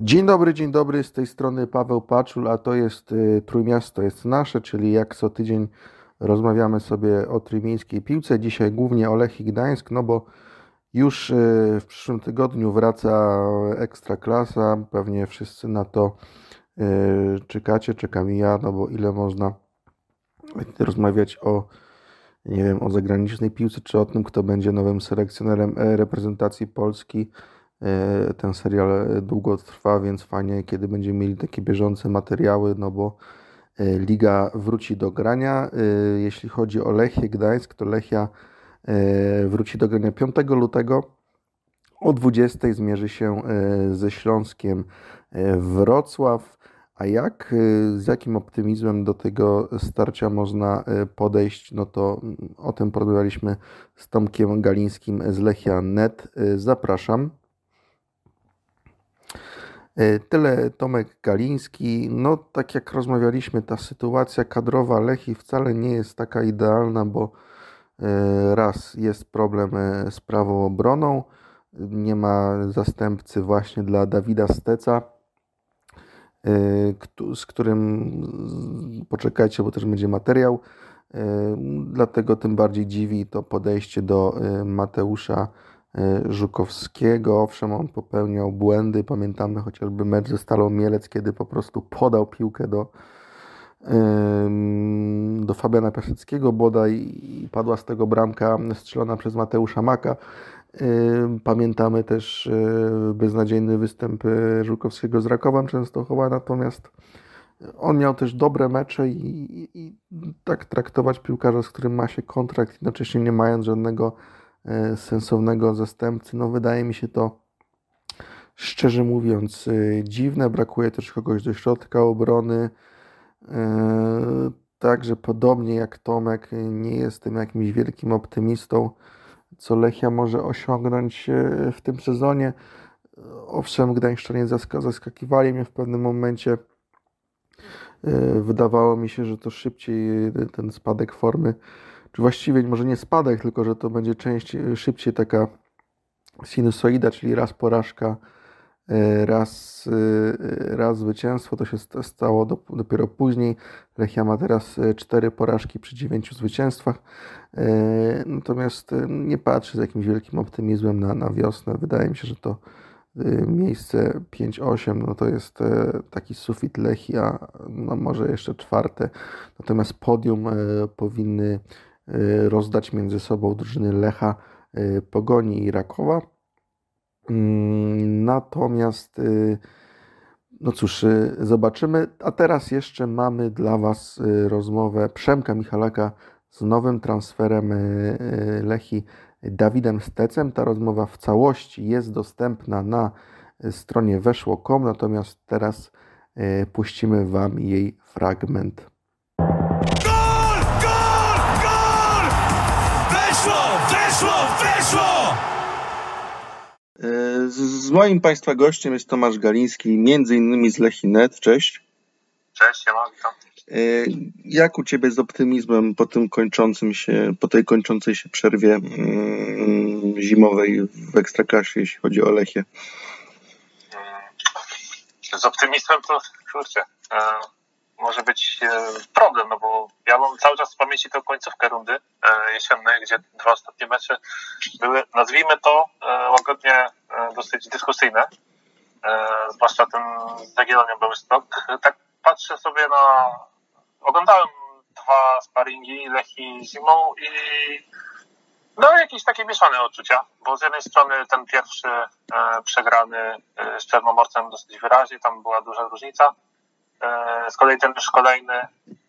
Dzień dobry, z tej strony Paweł Paczul, a to jest Trójmiasto jest nasze, czyli jak co tydzień rozmawiamy sobie o trójmiejskiej piłce. Dzisiaj głównie o Lechii Gdańsk, no bo już w przyszłym tygodniu wraca Ekstraklasa, pewnie wszyscy na to czekacie, czekam i ja, no bo ile można rozmawiać o, nie wiem, o zagranicznej piłce, czy o tym, kto będzie nowym selekcjonerem reprezentacji Polski. Ten serial długo trwa, więc fajnie, kiedy będziemy mieli takie bieżące materiały, no bo liga wróci do grania. Jeśli chodzi o Lechię Gdańsk, to Lechia wróci do grania 5 lutego. O 20 zmierzy się ze Śląskiem Wrocław. A z jakim optymizmem do tego starcia można podejść, no to o tym porozmawialiśmy z Tomkiem Galińskim z Lechia.net. Zapraszam. Tyle Tomek Galiński. No, tak jak rozmawialiśmy, ta sytuacja kadrowa Lechii wcale nie jest taka idealna, bo raz jest problem z prawą obroną, nie ma zastępcy właśnie dla Dawida Steca, z którym poczekajcie, bo też będzie materiał. Dlatego tym bardziej dziwi to podejście do Mateusza Żukowskiego. Owszem, on popełniał błędy. Pamiętamy chociażby mecz ze Stalą Mielec, kiedy po prostu podał piłkę do Fabiana Piaseckiego bodaj i padła z tego bramka strzelona przez Mateusza Maka. Pamiętamy też beznadziejny występ Żukowskiego z Rakowem Częstochowa, natomiast on miał też dobre mecze i tak traktować piłkarza, z którym ma się kontrakt, jednocześnie nie mając żadnego sensownego zastępcy, no wydaje mi się to szczerze mówiąc dziwne. Brakuje też kogoś do środka obrony. Także podobnie jak Tomek, nie jestem jakimś wielkim optymistą, co Lechia może osiągnąć w tym sezonie. Owszem, Gdańszczanie zaskakiwali mnie w pewnym momencie. Wydawało mi się, że to szybciej ten spadek formy, czy właściwie może nie spadek, tylko że to będzie szybciej taka sinusoida, czyli raz porażka, raz zwycięstwo. To się stało dopiero później. Lechia ma teraz 4 porażki przy 9 zwycięstwach. Natomiast nie patrzę z jakimś wielkim optymizmem na wiosnę. Wydaje mi się, że to miejsce 5-8, no to jest taki sufit Lechii, a no może jeszcze 4. Natomiast podium powinny rozdać między sobą drużyny Lecha, Pogoni i Rakowa. Natomiast no cóż, zobaczymy. A teraz jeszcze mamy dla Was rozmowę Przemka Michalaka z nowym transferem Lechii Dawidem Stecem. Ta rozmowa w całości jest dostępna na stronie weszło.com, natomiast teraz puścimy Wam jej fragment. Gol! Gol! Gol! Weszło! Z moim Państwa gościem jest Tomasz Galiński, między innymi z Lechii.net. Cześć. Cześć, ja witam. Jak u Ciebie z optymizmem po tej kończącej się przerwie zimowej w Ekstraklasie, jeśli chodzi o Lechię? Z optymizmem to, kurczę, może być problem, no bo ja mam cały czas w pamięci tę końcówkę rundy jesiennej, gdzie 2 ostatnie mecze były, nazwijmy to łagodnie, dosyć dyskusyjne, zwłaszcza ten z Jagiellonią Białystok. Tak patrzę sobie oglądałem 2 sparingi Lechii zimą i no jakieś takie mieszane odczucia, bo z jednej strony ten pierwszy przegrany z Czernomorcem dosyć wyraźnie, tam była duża różnica. Z kolei ten już kolejny,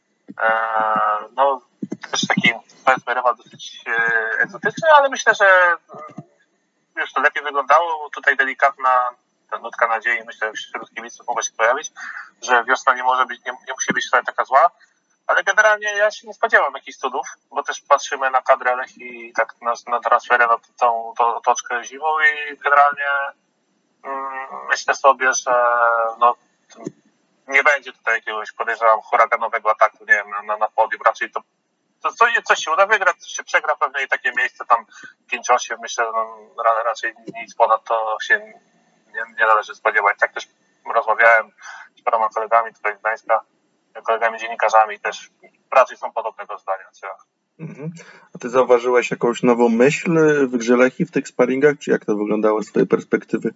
no też taki, powiedzmy, rywal dosyć egzotyczny, ale myślę, że już to lepiej wyglądało. Tutaj delikatna ta nutka nadziei, myślę, że wśród kibiców mogła się pojawić, że wiosna nie musi być wcale taka zła, ale generalnie ja się nie spodziewam jakichś cudów, bo też patrzymy na kadrę Lechii i tak na transfery, na tą otoczkę zimą i generalnie myślę sobie, że no nie będzie tutaj jakiegoś, podejrzewam, huraganowego ataku, nie wiem, na podium. Raczej to coś się uda wygrać, coś się przegra pewnie i takie miejsce tam 5-8, myślę, no, raczej nic ponad to się nie należy spodziewać. Tak też rozmawiałem z paroma kolegami tutaj z Gdańska, kolegami dziennikarzami też raczej są podobnego zdania. Co ja. A ty zauważyłeś jakąś nową myśl w grze Lechii w tych sparingach, czy jak to wyglądało z twojej perspektywy?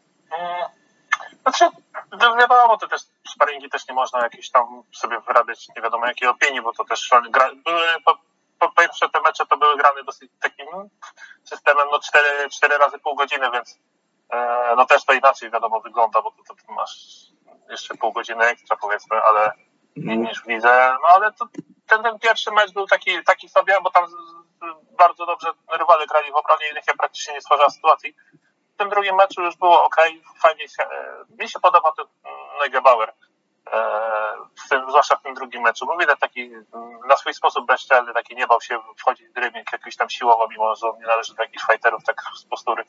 Znaczy, wiadomo, to też sparingi też nie można jakieś tam sobie wyrabiać nie wiadomo jakiej opinii, bo to też były po pierwsze te mecze to były grane dosyć takim systemem 4 razy pół godziny, więc no też to inaczej wiadomo wygląda, bo to masz jeszcze pół godziny ekstra powiedzmy, ale niż w lidze, no ale to, ten pierwszy mecz był taki sobie, bo tam bardzo dobrze rywale grali w obronie i Lechia praktycznie nie stwarzała sytuacji. W tym drugim meczu już było ok, fajnie się, mi się podoba ten Neugebauer, zwłaszcza w tym drugim meczu, bo widać taki na swój sposób bezczelny, taki nie bał się wchodzić w dribbling jakoś tam siłowo, mimo że on nie należy do jakichś fighterów tak z postury.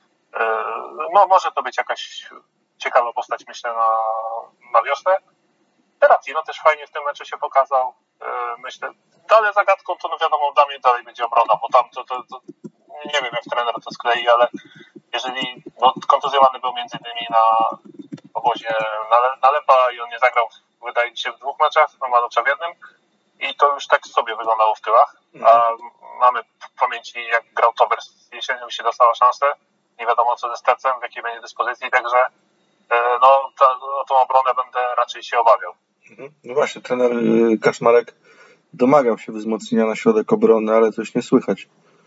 No może to być jakaś ciekawa postać, myślę, na wiosnę. Terracino też fajnie w tym meczu się pokazał, myślę. Ale zagadką to no wiadomo dla mnie dalej będzie obrona, bo tam to nie wiem jak trener to sklei, ale jeżeli kontuzjowany był między innymi na obozie na Lepa i on nie zagrał, wydaje mi się, w 2 meczach, no Malocza w jednym i to już tak sobie wyglądało w tyłach, a mamy w pamięci jak grał Tobers jesienią i się dostała szansę, nie wiadomo co ze Stecem, w jakiej będzie dyspozycji, także no tą obronę będę raczej się obawiał. No właśnie, trener Kaczmarek domagał się wzmocnienia na środek obrony, ale coś nie słychać.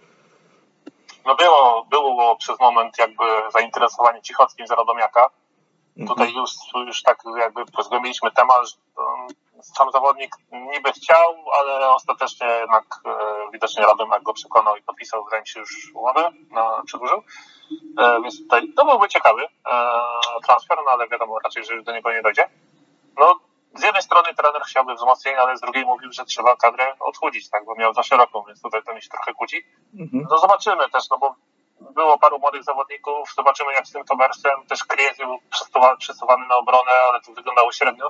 No było przez moment jakby zainteresowanie Cichockim z Radomiaka. Tutaj już tak jakby zgłębiliśmy temat, że sam zawodnik niby chciał, ale ostatecznie jednak widocznie Radomiak go przekonał i podpisał, wydaje mi się, już umowę, przedłużył. Więc tutaj to byłby ciekawy transfer, no ale wiadomo raczej, że już do niego nie dojdzie. No z jednej strony trener chciałby wzmocnienia, ale z drugiej mówił, że trzeba kadrę odchudzić, tak, bo miał za szeroką, więc tutaj to mi się trochę kłóci. No zobaczymy też, no bo było paru młodych zawodników, zobaczymy jak z tym Tobersem, też Kryjec był przesuwany na obronę, ale to wyglądało średnio.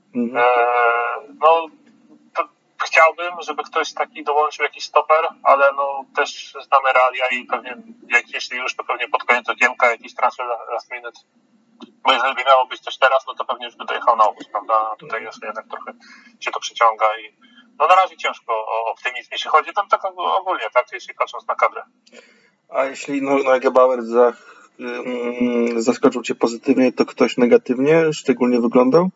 No to chciałbym, żeby ktoś taki dołączył jakiś stoper, ale no też znamy realia i pewnie jeśli już, to pewnie pod koniec okienka jakiś transfer last minute. Bo jeżeli by miało być coś teraz, no to pewnie już by dojechał na obóz, prawda? Tutaj jest jednak trochę się to przeciąga i no na razie ciężko o optymizm, jeśli chodzi tam tak ogólnie, tak, jeśli patrząc na kadrę. A jeśli Neugebauer zaskoczył cię pozytywnie, to ktoś negatywnie szczególnie wyglądał?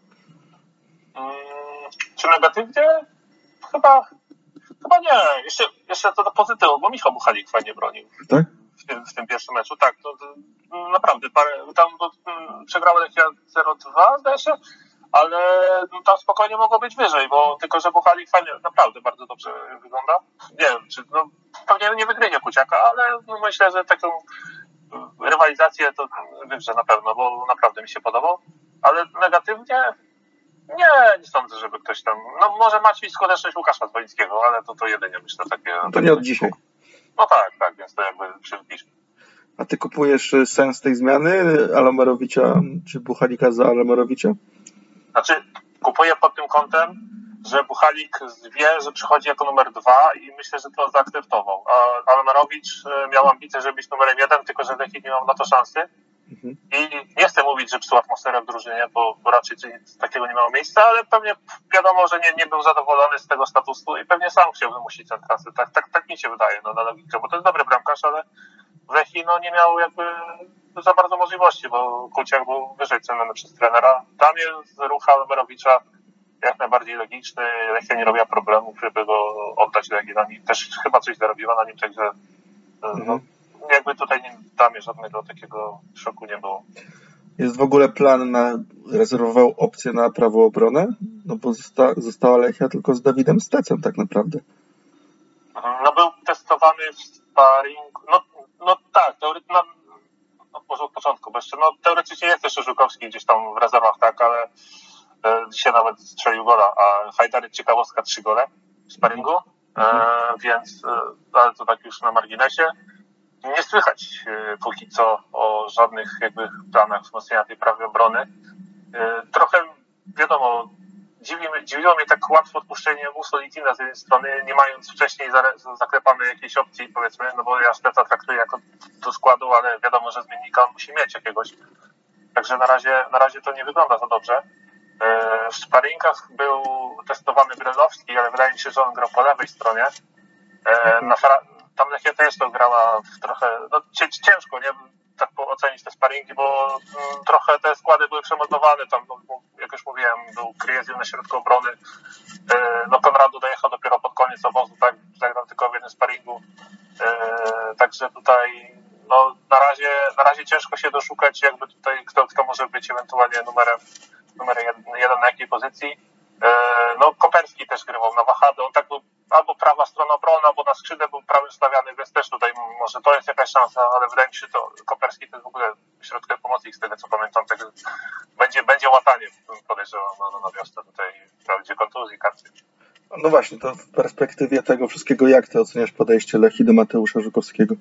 Czy negatywnie? Chyba nie. Jeszcze to do pozytywu, bo Michał Buchalik fajnie bronił. Tak? W tym pierwszym meczu, tak, to naprawdę tam przegrały Lechia 0-2, zdaje się, ale tam spokojnie mogło być wyżej, bo tylko, że Buchalik fajnie, naprawdę bardzo dobrze wygląda. Nie wiem, czy pewnie nie wygryzie Kuciaka, ale myślę, że taką rywalizację to wywrze na pewno, bo naprawdę mi się podobał, ale negatywnie nie sądzę, żeby ktoś tam, no może Maciej skuteczność Łukasza Zwolińskiego, ale to jedynie myślę takie. No to nie od dzisiaj. No tak, więc to jakby przywpisz. A ty kupujesz sens tej zmiany Alamerowicza czy Buchalika za Alamerowicza? Znaczy, kupuję pod tym kątem, że Buchalik wie, że przychodzi jako numer 2 i myślę, że to zaakceptował. A Alamerowicz miał ambicje, żeby być numerem 1, tylko że w Lechii nie miał na to szansy. I nie chcę mówić, że psuł atmosferę w drużynie, bo raczej nic takiego nie miało miejsca, ale pewnie wiadomo, że nie był zadowolony z tego statusu i pewnie sam chciał wymusić ten transfer. Tak mi się wydaje, na logikę, bo to jest dobry bramkarz, ale w Lechii nie miał jakby za bardzo możliwości, bo Kuciak był wyżej ceniony przez trenera. Tam jest ruch Alamerowicza jak najbardziej logiczny. Lechia nie robiła problemów, żeby go oddać Legionowi. Też chyba coś zarobiła na nim, także jakby tutaj dla mnie żadnego takiego szoku nie było. Jest w ogóle plan rezerwował opcję na prawą obronę? No bo została Lechia tylko z Dawidem Stecem tak naprawdę. No był testowany w sparingu. No tak, może od początku, bo jeszcze teoretycznie jest jeszcze Żukowski gdzieś tam w rezerwach, tak, ale dzisiaj nawet strzelił gola, a Hajdary ciekawostka 3 gole w sparingu, więc ale to tak już na marginesie. Nie słychać póki co o żadnych jakby planach wzmocnienia tej prawej obrony. Trochę wiadomo, dziwiło mnie tak łatwo odpuszczenie Musolitina z jednej strony, nie mając wcześniej zaklepanej jakiejś opcji, powiedzmy, no bo ja Szteca traktuję jako do składu, ale wiadomo, że zmiennika on musi mieć jakiegoś. Także na razie to nie wygląda za dobrze. W sparingach był testowany Brylowski, ale wydaje mi się, że on grał po lewej stronie. Tam Lechia też to grała w trochę, no ciężko, nie? Tak ocenić te sparingi, bo trochę te składy były przemontowane. Tam, jak już mówiłem, był Kryjeziel na środku obrony. No Konradu dojechał dopiero pod koniec obozu, tak? Zagrał tylko w jednym sparingu. Także tutaj no, na razie ciężko się doszukać, jakby tutaj kto może być ewentualnie numerem jeden na jakiej pozycji. No Koperski też grywał na wahadę, on tak był albo prawa strona obrony, albo na skrzydle był prawy stawiany, więc też tutaj może to jest jakaś szansa, ale wydaje mi się, że to Koperski to jest w ogóle środkowy pomocnik z tego co pamiętam, tak będzie łatanie, podejrzewam na wiosnę tutaj wprawdzie kontuzji karty. No właśnie, to w perspektywie tego wszystkiego, jak ty oceniasz podejście Lechii do Mateusza Żukowskiego?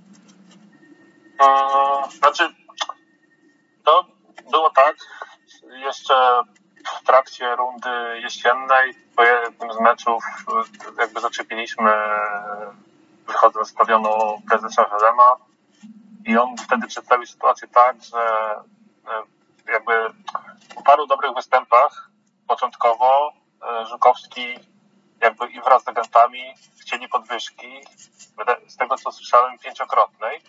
Znaczy, to było tak, jeszcze w trakcie rundy jesiennej po jednym z meczów jakby zaczepiliśmy, wychodząc z stadionu, prezesa Żelema i on wtedy przedstawił sytuację tak, że jakby po paru dobrych występach początkowo Żukowski jakby i wraz z agentami chcieli podwyżki, z tego co słyszałem 5-krotnej.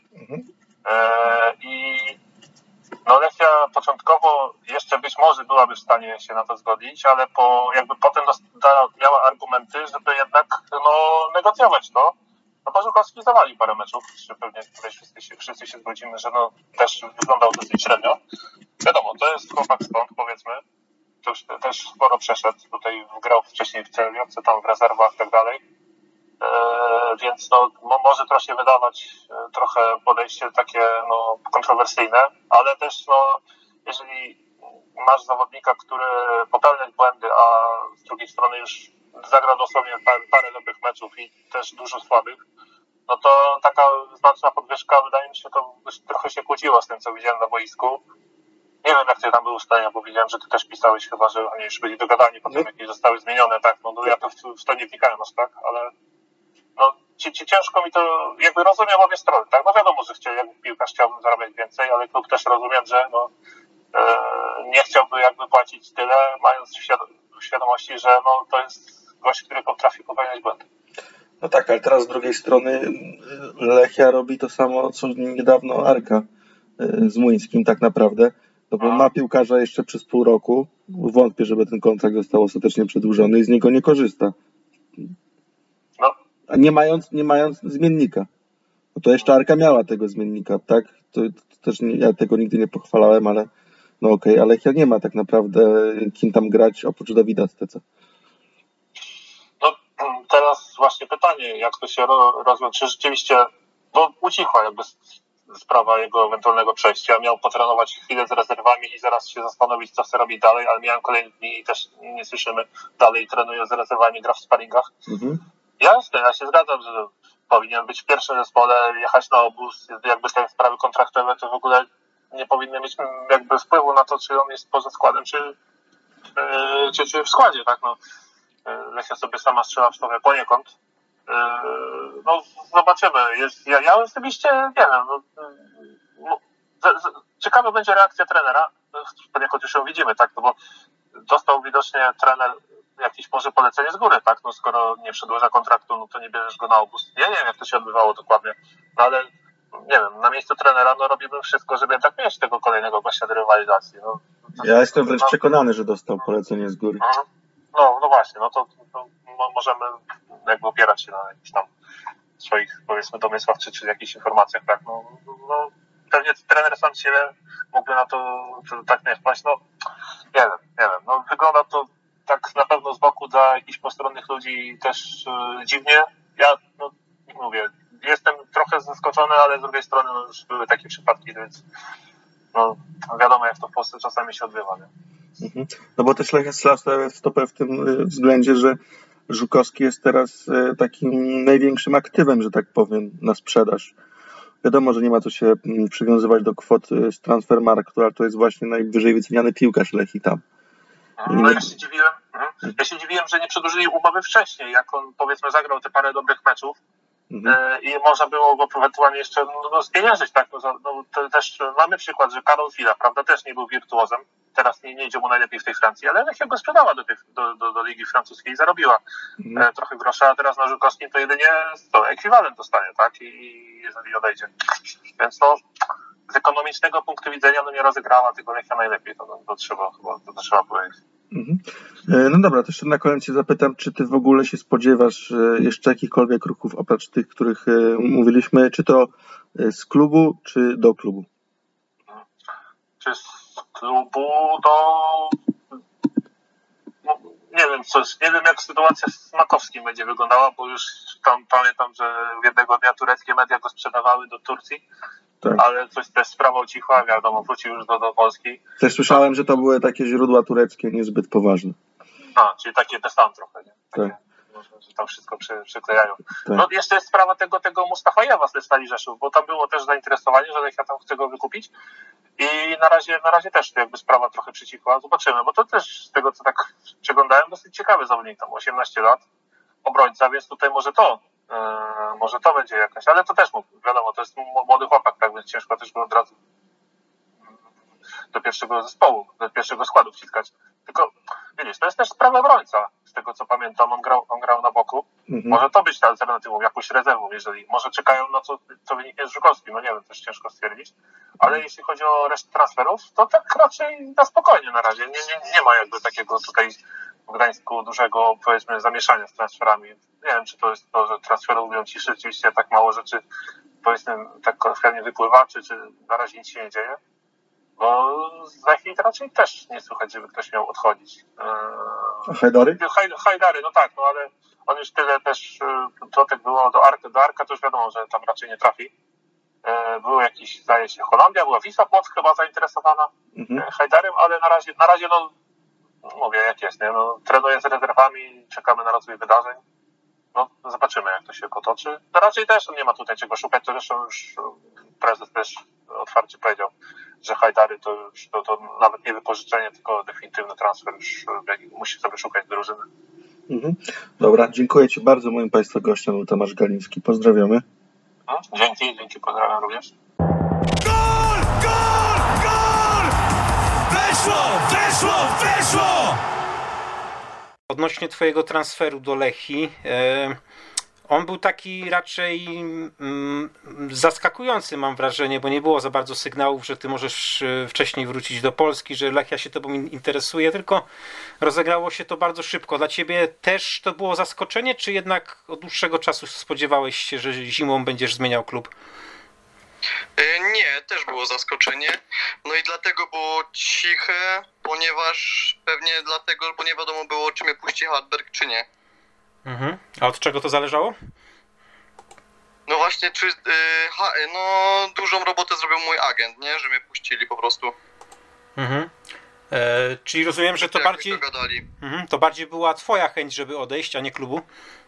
I no Lechia początkowo jeszcze być może byłaby w stanie się na to zgodzić, ale potem miała argumenty, żeby jednak negocjować to. No bo Żukowski zawalił parę meczów, że pewnie tutaj wszyscy się zgodzimy, że no też wyglądał dosyć średnio. Wiadomo, to jest chłopak stąd, powiedzmy. To już też sporo przeszedł. Tutaj grał wcześniej w Celniowce, tam w rezerwach i tak dalej. Więc może to się wydawać trochę podejście takie kontrowersyjne, ale też jeżeli masz zawodnika, który popełnia błędy, a z drugiej strony już zagrał dosłownie parę dobrych meczów i też dużo słabych, no to taka znaczna podwyżka, wydaje mi się, to trochę się kłóciło z tym, co widziałem na boisku. Nie wiem, jak ty tam były ustalenia, bo widziałem, że ty też pisałeś chyba, że oni już byli dogadani, potem jakieś zostały zmienione, tak, ja to w to nie wnikałem aż tak, ale ciężko mi to, jakby rozumiem obie strony, tak, no wiadomo, że jakby piłkarz chciałby zarabiać więcej, ale klub też rozumiem, że nie chciałby jakby płacić tyle, mając w świadomości, że to jest gość, który potrafi popełniać błędy. No tak, ale teraz z drugiej strony Lechia robi to samo, co niedawno Arka z Młyńskim tak naprawdę, no bo ma piłkarza jeszcze przez pół roku, wątpię, żeby ten kontrakt został ostatecznie przedłużony i z niego nie korzysta. A nie mając zmiennika. No to jeszcze Arka miała tego zmiennika, tak? To też ja tego nigdy nie pochwalałem, ale no okej, ale Lechia nie ma tak naprawdę kim tam grać oprócz Dawida Steca. No teraz właśnie pytanie, jak to się rozwiąże, czy rzeczywiście, bo ucichła jakby sprawa jego ewentualnego przejścia, miał potrenować chwilę z rezerwami i zaraz się zastanowić, co chce robić dalej, ale miałem kolejne dni i też nie słyszymy, dalej trenuje z rezerwami, gra w sparingach. Jasne, ja się zgadzam, że powinien być w pierwszym zespole, jechać na obóz, jakby te sprawy kontraktowe to w ogóle nie powinny mieć jakby wpływu na to, czy on jest poza składem, czy w składzie, tak, Lechia sobie sama strzela w stronę poniekąd. Zobaczymy. Ja osobiście nie wiem. Ciekawa będzie reakcja trenera. Poniekąd już ją widzimy, tak? Bo dostał widocznie trener jakieś może polecenie z góry, tak? Skoro nie przedłuża kontraktu, to nie bierzesz go na obóz. Ja nie wiem, jak to się odbywało dokładnie, ale nie wiem, na miejscu trenera robimy wszystko, żeby jednak mieć tego kolejnego gościa do rywalizacji. Ja jestem wręcz przekonany, że dostał polecenie z góry. No właśnie, to możemy jakby opierać się na jakichś tam swoich, powiedzmy, domysłach czy jakichś informacjach, tak? Pewnie trener sam siebie mógłby na to tak nie wpaść. Nie wiem. Wygląda to tak na pewno z boku dla jakichś postronnych ludzi też dziwnie. Ja mówię, jestem trochę zaskoczony, ale z drugiej strony już były takie przypadki, więc wiadomo, jak to w Polsce czasami się odbywa, nie? No bo też Lechia strzela w stopę w tym względzie, że Żukowski jest teraz takim największym aktywem, że tak powiem, na sprzedaż. Wiadomo, że nie ma co się przywiązywać do kwot z Transfermarktu, ale to jest właśnie najwyżej wyceniany piłkarz Lechii tam. Ja się dziwiłem, że nie przedłużyli umowy wcześniej, jak on, powiedzmy, zagrał te parę dobrych meczów, i można było go ewentualnie jeszcze spieniężyć, tak? To też mamy przykład, że Karol Fila, prawda, też nie był wirtuozem, teraz nie idzie mu najlepiej w tej Francji, ale Lechia go sprzedała do Ligi Francuskiej i zarobiła trochę grosza, a teraz na Żukowskim to jedynie ekwiwalent dostanie, tak? I jeżeli odejdzie. Więc z ekonomicznego punktu widzenia nie rozegrała tego Lechia najlepiej, to trzeba powiedzieć. No dobra, to jeszcze na koniec się zapytam, czy ty w ogóle się spodziewasz jeszcze jakichkolwiek ruchów oprócz tych, których mówiliśmy, czy to z klubu, czy do klubu? Czy z klubu nie wiem jak sytuacja z Makowskim będzie wyglądała, bo już tam pamiętam, że jednego dnia tureckie media go sprzedawały do Turcji, tak. Ale coś też sprawa ucichła, wiadomo, wrócił już do Polski. Też słyszałem, że to były takie źródła tureckie niezbyt poważne. Czyli takie desant trochę, nie? Takie, tak. Że tam wszystko przyklejają. Tak. No jeszcze jest sprawa tego Mustafajewa z Stali Rzeszów, bo tam było też zainteresowanie, że Lechia tam chce go wykupić i na razie też jakby sprawa trochę przycichła. Zobaczymy, bo to też z tego co tak przeglądałem, dosyć ciekawy zawodnik, tam 18 lat, obrońca, więc tutaj może to będzie jakaś, ale to też wiadomo, to jest młody chłopak, tak, więc ciężko też go od razu do pierwszego zespołu, do pierwszego składu wciskać. Tylko widzisz, to jest też sprawa obrońca, z tego co pamiętam, on grał na boku. Może to być ta alternatywą, jakąś rezerwą, jeżeli może czekają na co wyniknie z Żukowskim, no nie wiem, też ciężko stwierdzić. Ale jeśli chodzi o resztę transferów, to tak raczej na spokojnie na razie. Nie ma jakby takiego tutaj w Gdańsku dużego, powiedzmy, zamieszania z transferami. Nie wiem, czy to jest to, że transfery lubią ci rzeczywiście tak mało rzeczy, powiedzmy, tak chętnie wypływa, czy na razie nic się nie dzieje. Bo z Lechii raczej też nie słychać, żeby ktoś miał odchodzić. A Hajdary? Hajdary, no tak, ale on już tyle też, to tak było do Arka to już wiadomo, że tam raczej nie trafi. Był jakiś, zdaje się, Holandia, była Wisła Płock chyba zainteresowana Hajdarem, ale na razie mówię jak jest, nie? Trenuje z rezerwami, czekamy na rozwój wydarzeń. Zobaczymy jak to się potoczy. Raczej też nie ma tutaj czego szukać, to zresztą już prezes też otwarcie powiedział, że Hajdary to nawet nie wypożyczenie, tylko definitywny transfer, już musi sobie szukać drużyny. Dobra, dziękuję Ci bardzo. Moim Państwa gościem był Tomasz Galiński. Pozdrawiamy. Dzięki, pozdrawiam również. Gol! Gol! Gol! Weszło! Odnośnie twojego transferu do Lechii, on był taki raczej zaskakujący, mam wrażenie, bo nie było za bardzo sygnałów, że ty możesz wcześniej wrócić do Polski, że Lechia się tobą interesuje, tylko rozegrało się to bardzo szybko. Dla ciebie też to było zaskoczenie, czy jednak od dłuższego czasu spodziewałeś się, że zimą będziesz zmieniał klub? Nie, też było zaskoczenie. No i dlatego było ciche, bo nie wiadomo było, czy mnie puści Hartberg, czy nie. A od czego to zależało? No właśnie, dużą robotę zrobił mój agent, nie? Że mnie puścili po prostu. Czyli rozumiem, że to bardziej... To bardziej była twoja chęć, żeby odejść, a nie klubu?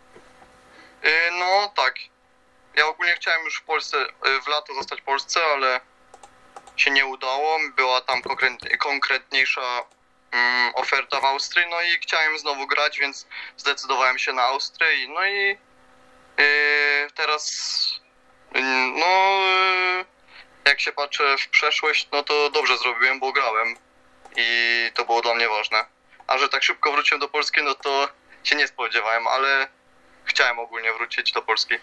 No tak. Ja ogólnie chciałem już w lato zostać w Polsce, ale się nie udało. Była tam konkretniejsza oferta w Austrii, no i chciałem znowu grać, więc zdecydowałem się na Austrię. No i teraz jak się patrzę w przeszłość, no to dobrze zrobiłem, bo grałem i to było dla mnie ważne. A że tak szybko wróciłem do Polski, no to się nie spodziewałem, ale chciałem ogólnie wrócić do Polski.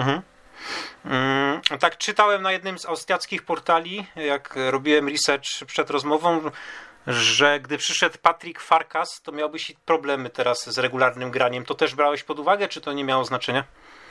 Tak czytałem na jednym z austriackich portali, jak robiłem research przed rozmową, że gdy przyszedł Patryk Farkas, to miałbyś problemy teraz z regularnym graniem. To też brałeś pod uwagę, czy to nie miało znaczenia?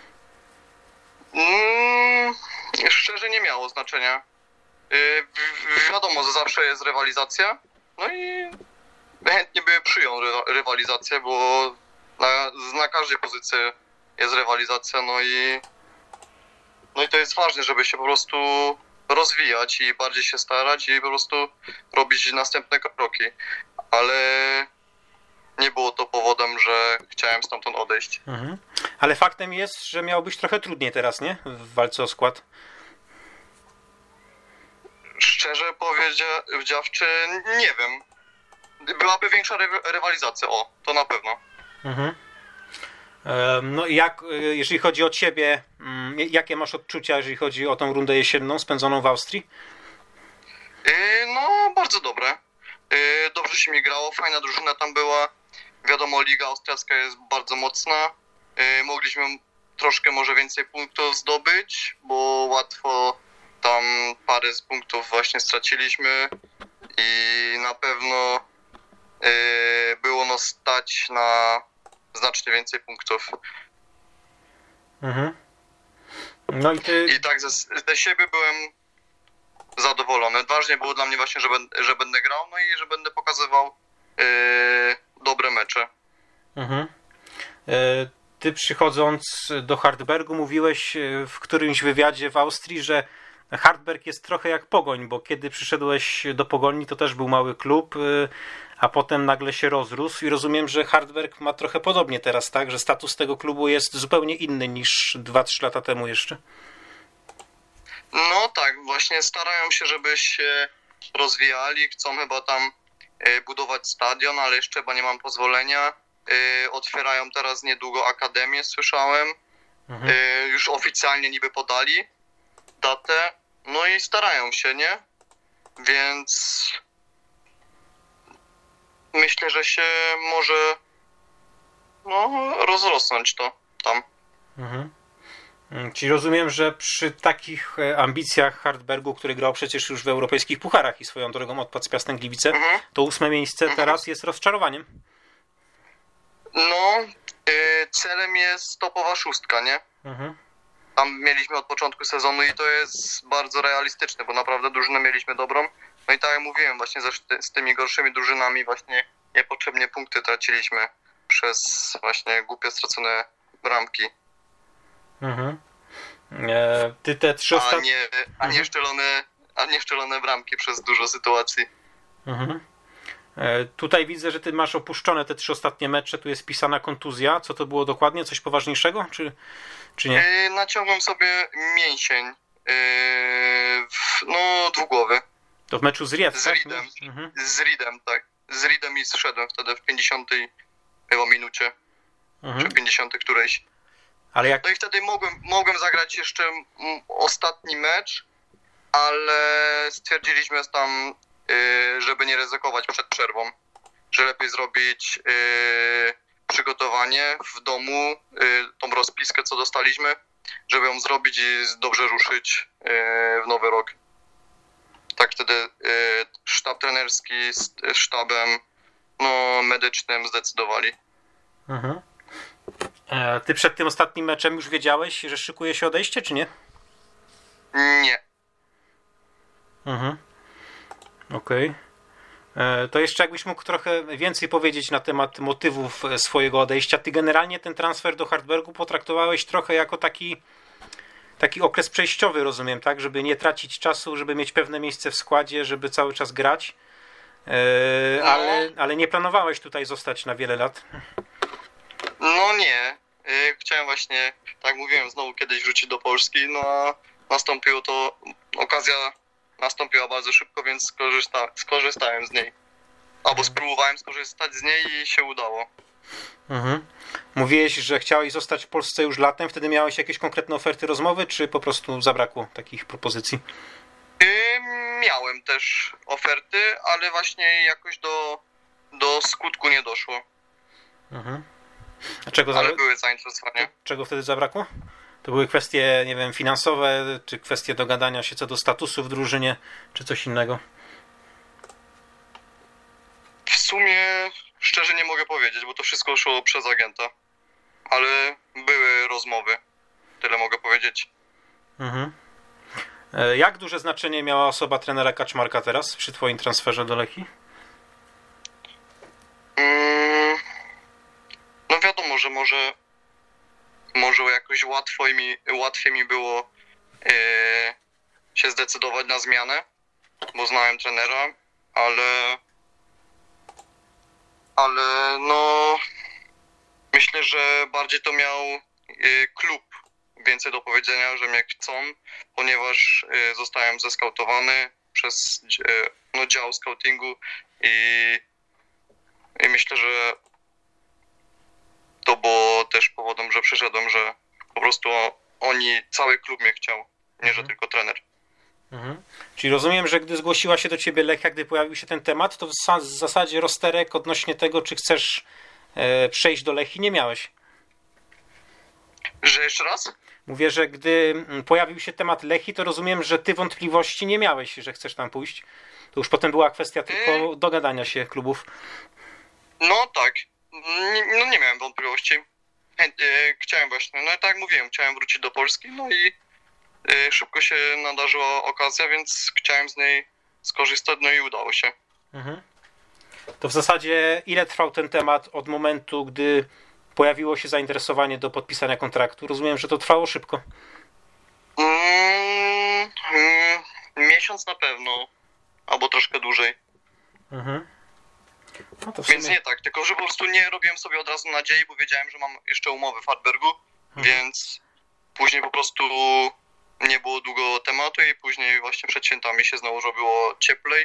Szczerze nie miało znaczenia. Wiadomo, że zawsze jest rywalizacja. No i chętnie by przyjął rywalizację, bo na każdej pozycji jest rywalizacja. No i to jest ważne, żeby się po prostu rozwijać i bardziej się starać i po prostu robić następne kroki. Ale nie było to powodem, że chciałem stamtąd odejść. Ale faktem jest, że miało być trochę trudniej teraz, nie? W walce o skład. Szczerze powiedziawszy, nie wiem. Byłaby większa rywalizacja, to na pewno. No i jak, jeżeli chodzi o ciebie, jakie masz odczucia, jeżeli chodzi o tą rundę jesienną spędzoną w Austrii? No, bardzo dobre. Dobrze się mi grało, fajna drużyna tam była. Wiadomo, liga austriacka jest bardzo mocna. Mogliśmy troszkę może więcej punktów zdobyć, bo łatwo tam parę z punktów właśnie straciliśmy i na pewno było nas stać na znacznie więcej punktów. Mhm. No i ty... I tak ze siebie byłem zadowolony. Ważne było dla mnie właśnie, że będę grał, no i że będę pokazywał dobre mecze. Mhm. Ty przychodząc do Hartbergu mówiłeś w którymś wywiadzie w Austrii, że Hartberg jest trochę jak Pogoń, bo kiedy przyszedłeś do Pogoni, to też był mały klub, a potem nagle się rozrósł i rozumiem, że Hartberg ma trochę podobnie teraz, tak? Że status tego klubu jest zupełnie inny niż 2-3 lata temu jeszcze. No tak, właśnie starają się, żeby się rozwijali, chcą chyba tam budować stadion, ale jeszcze chyba nie mam pozwolenia. Otwierają teraz niedługo akademię, słyszałem. Mhm. Już oficjalnie niby podali datę, no i starają się, nie? Więc myślę, że się może rozrosnąć to tam. Mhm. Czyli rozumiem, że przy takich ambicjach Hartbergu, który grał przecież już w europejskich pucharach i swoją drogą odpadł z Piastem Gliwice, to 8. miejsce teraz jest rozczarowaniem. No, celem jest topowa 6, nie? Mhm. Tam mieliśmy od początku sezonu i to jest bardzo realistyczne, bo naprawdę drużynę mieliśmy dobrą. No i tak jak mówiłem, właśnie z tymi gorszymi drużynami właśnie niepotrzebnie punkty traciliśmy przez właśnie głupie stracone bramki. Mhm. Ty te 3 a nie szczelone bramki przez dużo sytuacji. Mhm. Tutaj widzę, że ty masz opuszczone te 3 ostatnie mecze, tu jest pisana kontuzja. Co to było dokładnie? Coś poważniejszego, czy nie? Naciągłem sobie mięsień dwugłowy. To w meczu z Ried, Z tak? Riedem. Mhm. Z Riedem, tak. Z Riedem i zszedłem wtedy w 50 chyba minucie, czy 50 którejś. Ale jak... No i wtedy mogłem zagrać jeszcze ostatni mecz, ale stwierdziliśmy tam, żeby nie ryzykować przed przerwą, że lepiej zrobić przygotowanie w domu, tą rozpiskę, co dostaliśmy, żeby ją zrobić i dobrze ruszyć w nowy rok. Tak wtedy sztab trenerski z sztabem medycznym zdecydowali. Mhm. Ty przed tym ostatnim meczem już wiedziałeś, że szykuje się odejście, czy nie? Nie. Mhm. Okej. To jeszcze jakbyś mógł trochę więcej powiedzieć na temat motywów swojego odejścia. Ty generalnie ten transfer do Hartbergu potraktowałeś trochę jako taki okres przejściowy, rozumiem, tak? Żeby nie tracić czasu, żeby mieć pewne miejsce w składzie, żeby cały czas grać. Ale nie planowałeś tutaj zostać na wiele lat. No nie. Chciałem właśnie, tak mówiłem, znowu kiedyś wrócić do Polski, no nastąpiło to, okazja nastąpiła bardzo szybko, więc skorzystałem z niej. Albo spróbowałem skorzystać z niej i się udało. Mhm. Mówiłeś, że chciałeś zostać w Polsce już latem, wtedy miałeś jakieś konkretne oferty rozmowy, czy po prostu zabrakło takich propozycji? Miałem też oferty, ale właśnie jakoś do skutku nie doszło. Mhm. Ale były zainteresowania. Czego wtedy zabrakło? To były kwestie, nie wiem, finansowe, czy kwestie dogadania się co do statusu w drużynie, czy coś innego? W sumie szczerze nie mogę powiedzieć, bo to wszystko szło przez agenta. Ale były rozmowy. Tyle mogę powiedzieć. Mhm. Jak duże znaczenie miała osoba trenera Kaczmarka teraz przy twoim transferze do Lechii? No wiadomo, że może jakoś łatwiej mi było się zdecydować na zmianę, bo znałem trenera, ale no myślę, że bardziej to miał klub więcej do powiedzenia, że mnie chcą, ponieważ zostałem zeskautowany przez dział scoutingu i myślę, że to było też powodem, że przyszedłem, że po prostu cały klub mnie chciał, nie że tylko trener. Mhm. Czyli rozumiem, że gdy zgłosiła się do ciebie Lechia, gdy pojawił się ten temat, to w zasadzie rozterek odnośnie tego, czy chcesz przejść do Lechii, nie miałeś. Że jeszcze raz? Mówię, że gdy pojawił się temat Lechii, to rozumiem, że ty wątpliwości nie miałeś, że chcesz tam pójść. To już potem była kwestia tylko dogadania się klubów. No tak. Nie miałem wątpliwości. Chciałem właśnie, no tak jak mówiłem, chciałem wrócić do Polski, no i szybko się nadarzyła okazja, więc chciałem z niej skorzystać, no i udało się. Mhm. To w zasadzie ile trwał ten temat od momentu, gdy pojawiło się zainteresowanie do podpisania kontraktu? Rozumiem, że to trwało szybko. Miesiąc na pewno, albo troszkę dłużej. Mhm. No to w sumie... Więc nie tak, tylko że po prostu nie robiłem sobie od razu nadziei, bo wiedziałem, że mam jeszcze umowę w Hartbergu, więc później po prostu nie było długo tematu i później właśnie przed świętami się znowu robiło cieplej,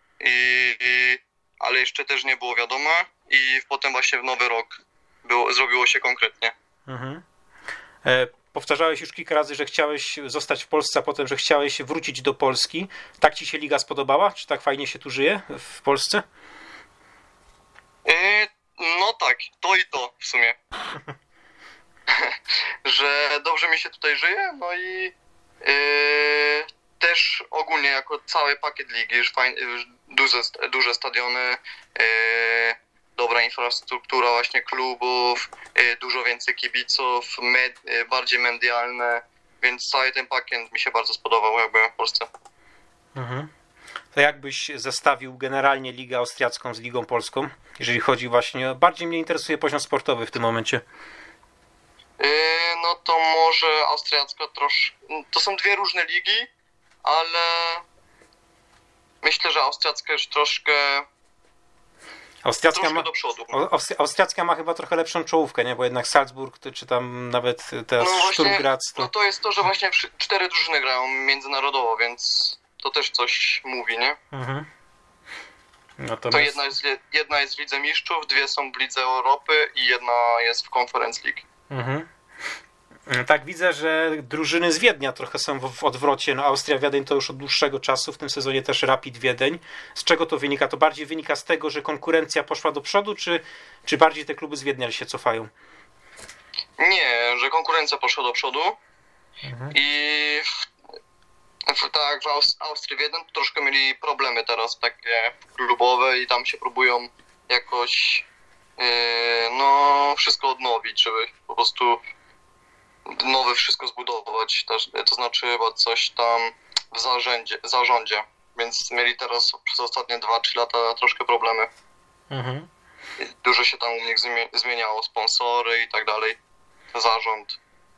ale jeszcze też nie było wiadomo i potem właśnie w nowy rok zrobiło się konkretnie. Mhm. Powtarzałeś już kilka razy, że chciałeś zostać w Polsce, a potem, że chciałeś wrócić do Polski. Tak ci się liga spodobała? Czy tak fajnie się tu żyje w Polsce? No tak, to i to w sumie. Że dobrze mi się tutaj żyje, no i też ogólnie jako cały pakiet ligi, już duże stadiony, dobra infrastruktura właśnie klubów, dużo więcej kibiców, bardziej medialne, więc cały ten pakiet mi się bardzo spodobał, jak byłem w Polsce. Mhm. To jak byś zestawił generalnie Ligę Austriacką z Ligą Polską, jeżeli chodzi właśnie, bardziej mnie interesuje poziom sportowy w tym momencie. No to może austriacka troszkę, to są dwie różne ligi, ale myślę, że austriacka już troszkę do przodu. Austriacka ma chyba trochę lepszą czołówkę, nie? Bo jednak Salzburg, czy tam nawet teraz Sturm Graz. No to jest to, że właśnie 4 drużyny grają międzynarodowo, więc to też coś mówi, nie? Mhm. Natomiast... To jedna jest w Lidze Mistrzów, 2 są w Lidze Europy i jedna jest w Conference League. Mhm. Tak, widzę, że drużyny z Wiednia trochę są w odwrocie. No, Austria-Wiedeń to już od dłuższego czasu, w tym sezonie też Rapid Wiedeń. Z czego to wynika? To bardziej wynika z tego, że konkurencja poszła do przodu, czy bardziej te kluby z Wiednia się cofają? Nie, że konkurencja poszła do przodu i tak w Austrii Wiedeń troszkę mieli problemy teraz takie klubowe i tam się próbują jakoś wszystko odnowić, żeby po prostu nowe wszystko zbudować, to znaczy chyba coś tam w zarządzie, więc mieli teraz przez ostatnie 2-3 lata troszkę problemy. Mhm. Dużo się tam u nich zmieniało, sponsory i tak dalej, zarząd.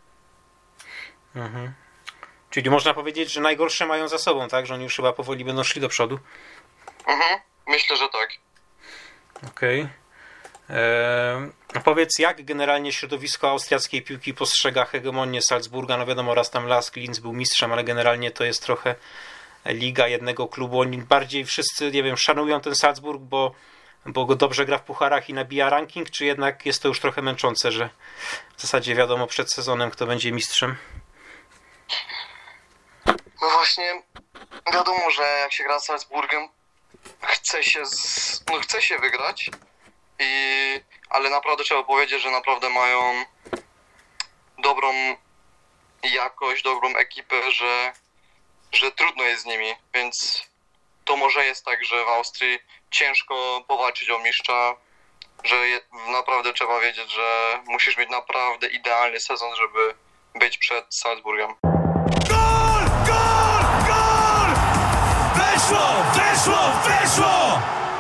Mhm. Czyli można powiedzieć, że najgorsze mają za sobą, tak? Że oni już chyba powoli będą szli do przodu. Myślę, że tak. Okej. Powiedz, jak generalnie środowisko austriackiej piłki postrzega hegemonię Salzburga? No wiadomo, raz tam Lask Linz był mistrzem, ale generalnie to jest trochę liga jednego klubu. Oni bardziej wszyscy, nie wiem, szanują ten Salzburg, bo go dobrze gra w pucharach i nabija ranking, czy jednak jest to już trochę męczące, że w zasadzie wiadomo przed sezonem, kto będzie mistrzem? No właśnie, wiadomo, że jak się gra z Salzburgiem, chce się wygrać, ale naprawdę trzeba powiedzieć, że naprawdę mają dobrą jakość, dobrą ekipę, że trudno jest z nimi, więc to może jest tak, że w Austrii ciężko powalczyć o mistrza, że naprawdę trzeba wiedzieć, że musisz mieć naprawdę idealny sezon, żeby być przed Salzburgiem. Gol! Gol! Gol! Weszło! Weszło! Weszło!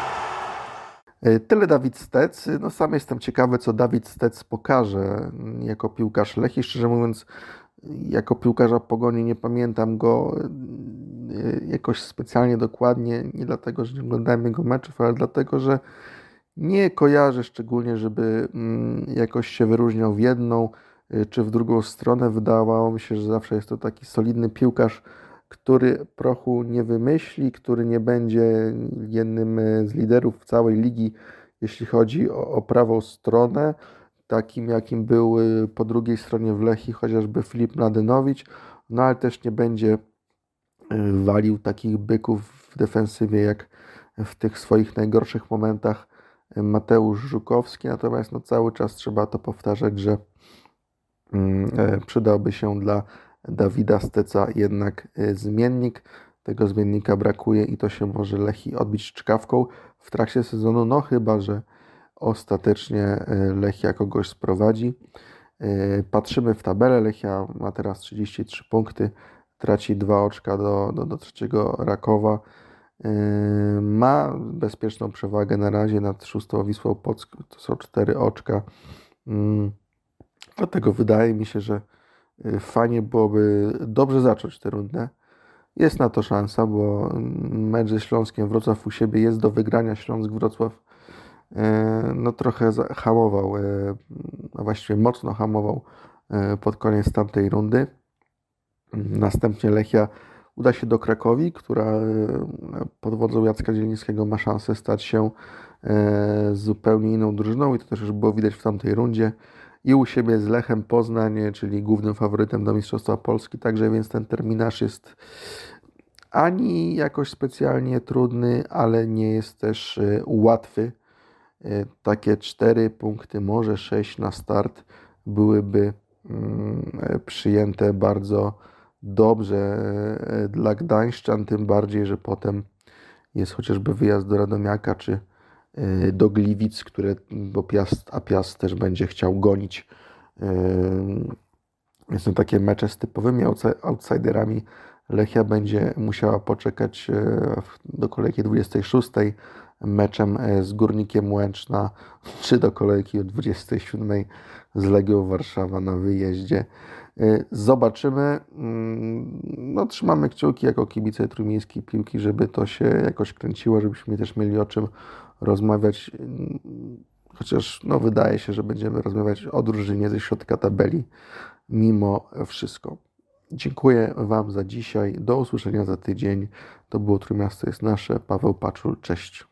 Tyle Dawid Stec. No sam jestem ciekawy, co Dawid Stec pokaże jako piłkarz Lechii. Szczerze mówiąc, jako piłkarza Pogoni nie pamiętam go jakoś specjalnie dokładnie. Nie dlatego, że nie oglądałem jego meczów, ale dlatego, że nie kojarzę szczególnie, żeby jakoś się wyróżniał w jedną czy w drugą stronę. Wydawało mi się, że zawsze jest to taki solidny piłkarz, który prochu nie wymyśli, który nie będzie jednym z liderów całej ligi, jeśli chodzi o prawą stronę. takim jakim był po drugiej stronie w Lechii chociażby Filip Mladenowicz, no ale też nie będzie walił takich byków w defensywie jak w tych swoich najgorszych momentach Mateusz Żukowski, natomiast no, cały czas trzeba to powtarzać, że przydałby się dla Dawida Steca jednak zmiennik. Tego zmiennika brakuje i to się może Lechii odbić czkawką w trakcie sezonu, no chyba że ostatecznie Lechia kogoś sprowadzi. Patrzymy w tabelę. Lechia ma teraz 33 punkty, traci 2 oczka do trzeciego Rakowa. Ma bezpieczną przewagę na razie nad szóstą Wisłą Płock, to są 4 oczka. Dlatego wydaje mi się, że fajnie byłoby dobrze zacząć tę rundę. Jest na to szansa, bo mecz ze Śląskiem Wrocław u siebie jest do wygrania. Śląsk-Wrocław no trochę hamował, a właściwie mocno hamował pod koniec tamtej rundy. Następnie Lechia uda się do Krakowi, która pod wodzą Jacka Zielińskiego ma szansę stać się zupełnie inną drużyną i to też już było widać w tamtej rundzie. I u siebie z Lechem Poznań, czyli głównym faworytem do Mistrzostwa Polski, także więc ten terminarz jest ani jakoś specjalnie trudny, ale nie jest też łatwy. Takie 4 punkty, może 6 na start byłyby przyjęte bardzo dobrze dla gdańszczan, tym bardziej, że potem jest chociażby wyjazd do Radomiaka czy do Gliwic, bo Piast też będzie chciał gonić. Są takie mecze z typowymi outsiderami. Lechia będzie musiała poczekać do kolejki 26, meczem z Górnikiem Łęczna, czy do kolejki 27 z Legią Warszawa na wyjeździe. Zobaczymy. No, trzymamy kciuki jako kibice trójmiejskiej piłki, żeby to się jakoś kręciło, żebyśmy też mieli o czym rozmawiać. Chociaż no, wydaje się, że będziemy rozmawiać o drużynie ze środka tabeli mimo wszystko. Dziękuję Wam za dzisiaj. Do usłyszenia za tydzień. To było Trójmiasto jest nasze. Paweł Paczul. Cześć.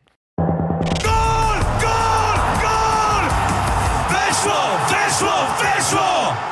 Gol! Gol! Gol! Weszło! Weszło! Weszło!